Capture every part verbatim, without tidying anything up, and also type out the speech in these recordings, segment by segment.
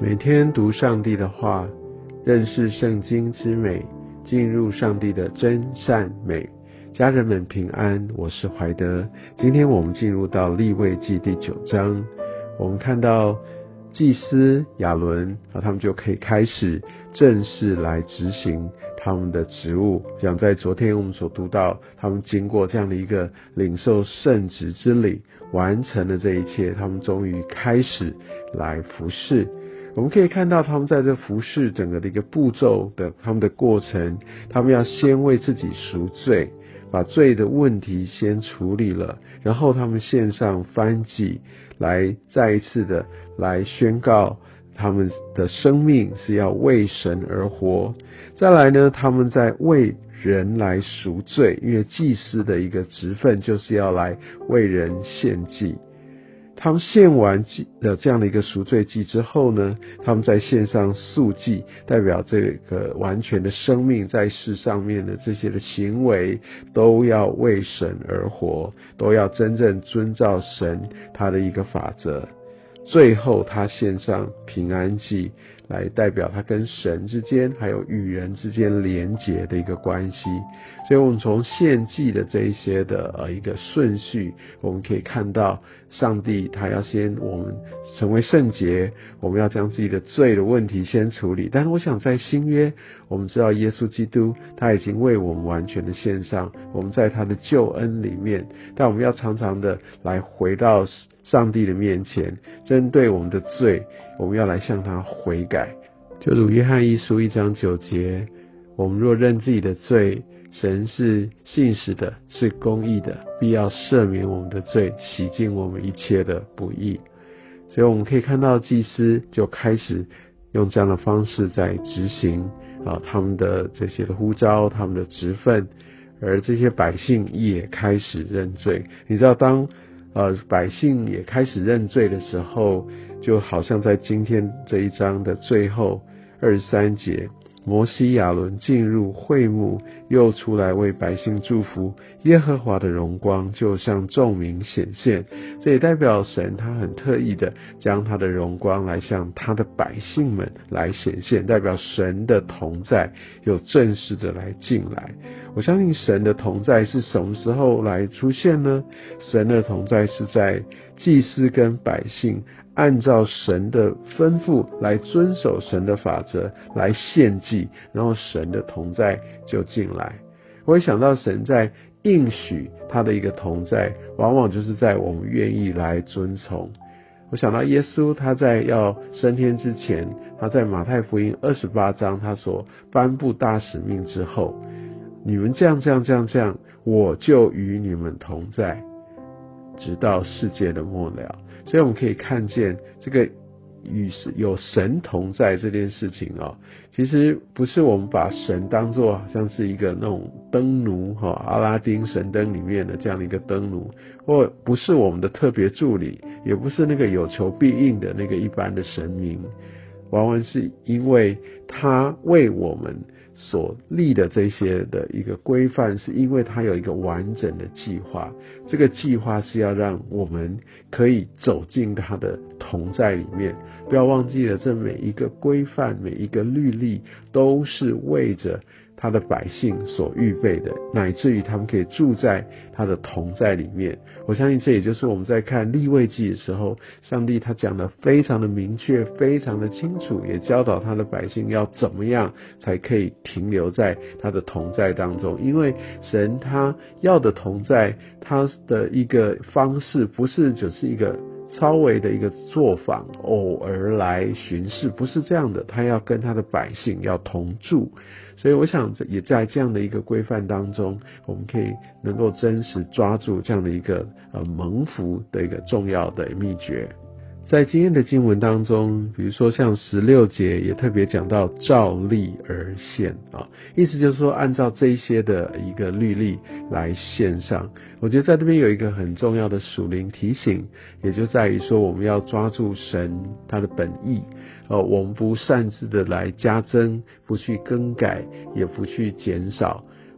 每天读上帝的话，认识圣经之美，进入上帝的真善美。家人们平安，我是怀德。今天我们进入到利未记第九章，我们看到祭司亚伦，他们就可以开始正式来执行他们的职务。像在昨天我们所读到，他们经过这样的一个领受圣职之礼，完成了这一切，他们终于开始来服侍。我们可以看到他们在这服侍整个的一个步骤的他们的过程，他们要先为自己赎罪，把罪的问题先处理了，然后他们献上燔祭，来再一次的来宣告他们的生命是要为神而活。再来呢，他们在为人来赎罪，因为祭司的一个职分就是要来为人献祭。他们献完祭的这样的一个赎罪祭之后呢，他们再献上素祭，代表这个完全的生命在世上面的这些的行为都要为神而活，都要真正遵照神他的一个法则。最后他献上平安祭，来代表他跟神之间还有与人之间连结的一个关系。所以我们从献祭的这一些的呃一个顺序，我们可以看到上帝他要先我们成为圣洁，我们要将自己的罪的问题先处理。但是我想在新约，我们知道耶稣基督他已经为我们完全的献上，我们在他的救恩里面，但我们要常常的来回到上帝的面前，针对我们的罪，我们要来向他悔改。就如约翰一书一章九节，我们若认自己的罪，神是信实的，是公义的，必要赦免我们的罪，洗净我们一切的不义。所以我们可以看到祭司就开始用这样的方式在执行啊他们的这些的呼召，他们的职分，而这些百姓也开始认罪。你知道当呃百姓也开始认罪的时候，就好像在今天这一章的最后二十三节，摩西亚伦进入会幕，又出来为百姓祝福，耶和华的荣光就向众民显现。这也代表神他很特意的将他的荣光来向他的百姓们来显现，代表神的同在又正式的来进来。我相信神的同在是什么时候来出现呢？神的同在是在祭司跟百姓按照神的吩咐来遵守神的法则来献祭，然后神的同在就进来。我也想到神在应许他的一个同在，往往就是在我们愿意来遵从。我想到耶稣他在要升天之前，他在马太福音二十八章他所颁布大使命之后，你们这样这样这样这样，我就与你们同在，直到世界的末了。所以我们可以看见这个与有神同在这件事情哦，其实不是我们把神当作好像是一个那种灯奴哈、哦，阿拉丁神灯里面的这样的一个灯奴，或不是我们的特别助理，也不是那个有求必应的那个一般的神明，往往是因为他为我们所立的这些的一个规范，是因为他有一个完整的计划。这个计划是要让我们可以走进他的同在里面。不要忘记了，这每一个规范，每一个律例，都是为着他的百姓所预备的，乃至于他们可以住在他的同在里面。我相信这也就是我们在看利未记的时候，上帝他讲得非常的明确，非常的清楚，也教导他的百姓要怎么样才可以停留在他的同在当中。因为神他要的同在，他的一个方式不是只是一个稍微的一个作坊，偶尔来巡视，不是这样的，他要跟他的百姓要同住。所以我想也在这样的一个规范当中，我们可以能够真实抓住这样的一个呃蒙福的一个重要的秘诀。在今天的经文当中，比如说像十六节也特别讲到照例而献啊，意思就是说按照这一些的一个律例来献上。我觉得在这边有一个很重要的属灵提醒，也就在于说我们要抓住神他的本意，呃，我们不擅自的来加增，不去更改，也不去减少。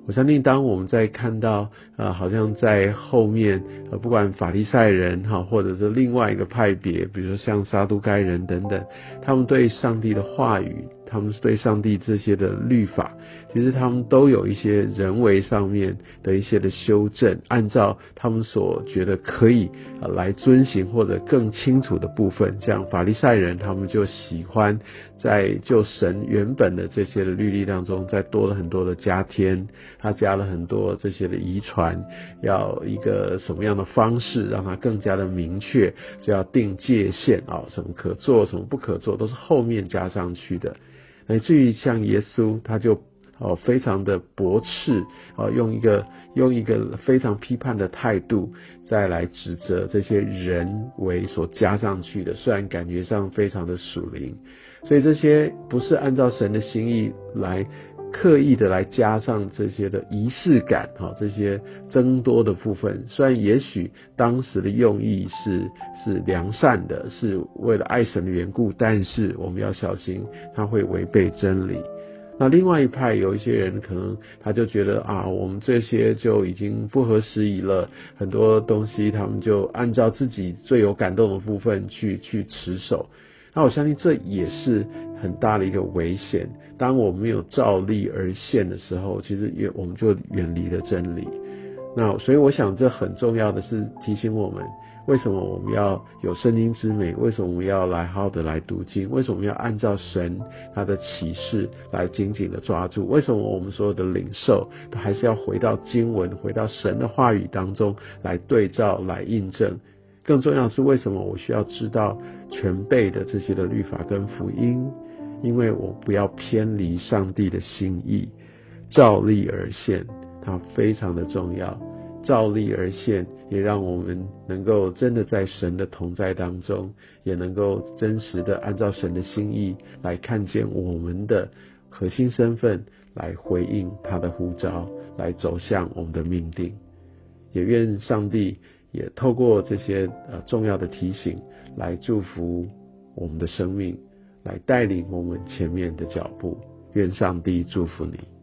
我相信当我们在看到呃好像在后面呃不管法利赛人哈，或者是另外一个派别，比如说像撒都该人等等，他们对上帝的话语，他们对上帝这些的律法，其实他们都有一些人为上面的一些的修正，按照他们所觉得可以呃来遵行或者更清楚的部分。像法利赛人他们就喜欢在就神原本的这些的律例当中再多了很多的加添，他加了很多这些的遗传，要一个什么样的方式让它更加的明确，就要定界限啊、哦，什么可做什么不可做都是后面加上去的。乃至于像耶稣他就哦非常的驳斥哦，用一个用一个非常批判的态度再来指责这些人为所加上去的，虽然感觉上非常的属灵，所以这些不是按照神的心意来刻意的来加上这些的仪式感哈，这些增多的部分，虽然也许当时的用意是是良善的，是为了爱神的缘故，但是我们要小心它会违背真理。那另外一派有一些人可能他就觉得啊，我们这些就已经不合时宜了，很多东西他们就按照自己最有感动的部分去去持守。那我相信这也是很大的一个危险。当我们没有照例而现的时候，其实也我们就远离了真理。那所以我想这很重要的是提醒我们，为什么我们要有圣经之美，为什么我们要来好好的来读经，为什么我们要按照神他的启示来紧紧的抓住，为什么我们所有的领受都还是要回到经文，回到神的话语当中来对照来印证。更重要的是，为什么我需要知道全备的这些的律法跟福音，因为我不要偏离上帝的心意，照例而现它非常的重要。照例而现也让我们能够真的在神的同在当中，也能够真实的按照神的心意来看见我们的核心身份，来回应他的呼召，来走向我们的命定。也愿上帝也透过这些呃重要的提醒来祝福我们的生命，来带领我们前面的脚步。愿上帝祝福你。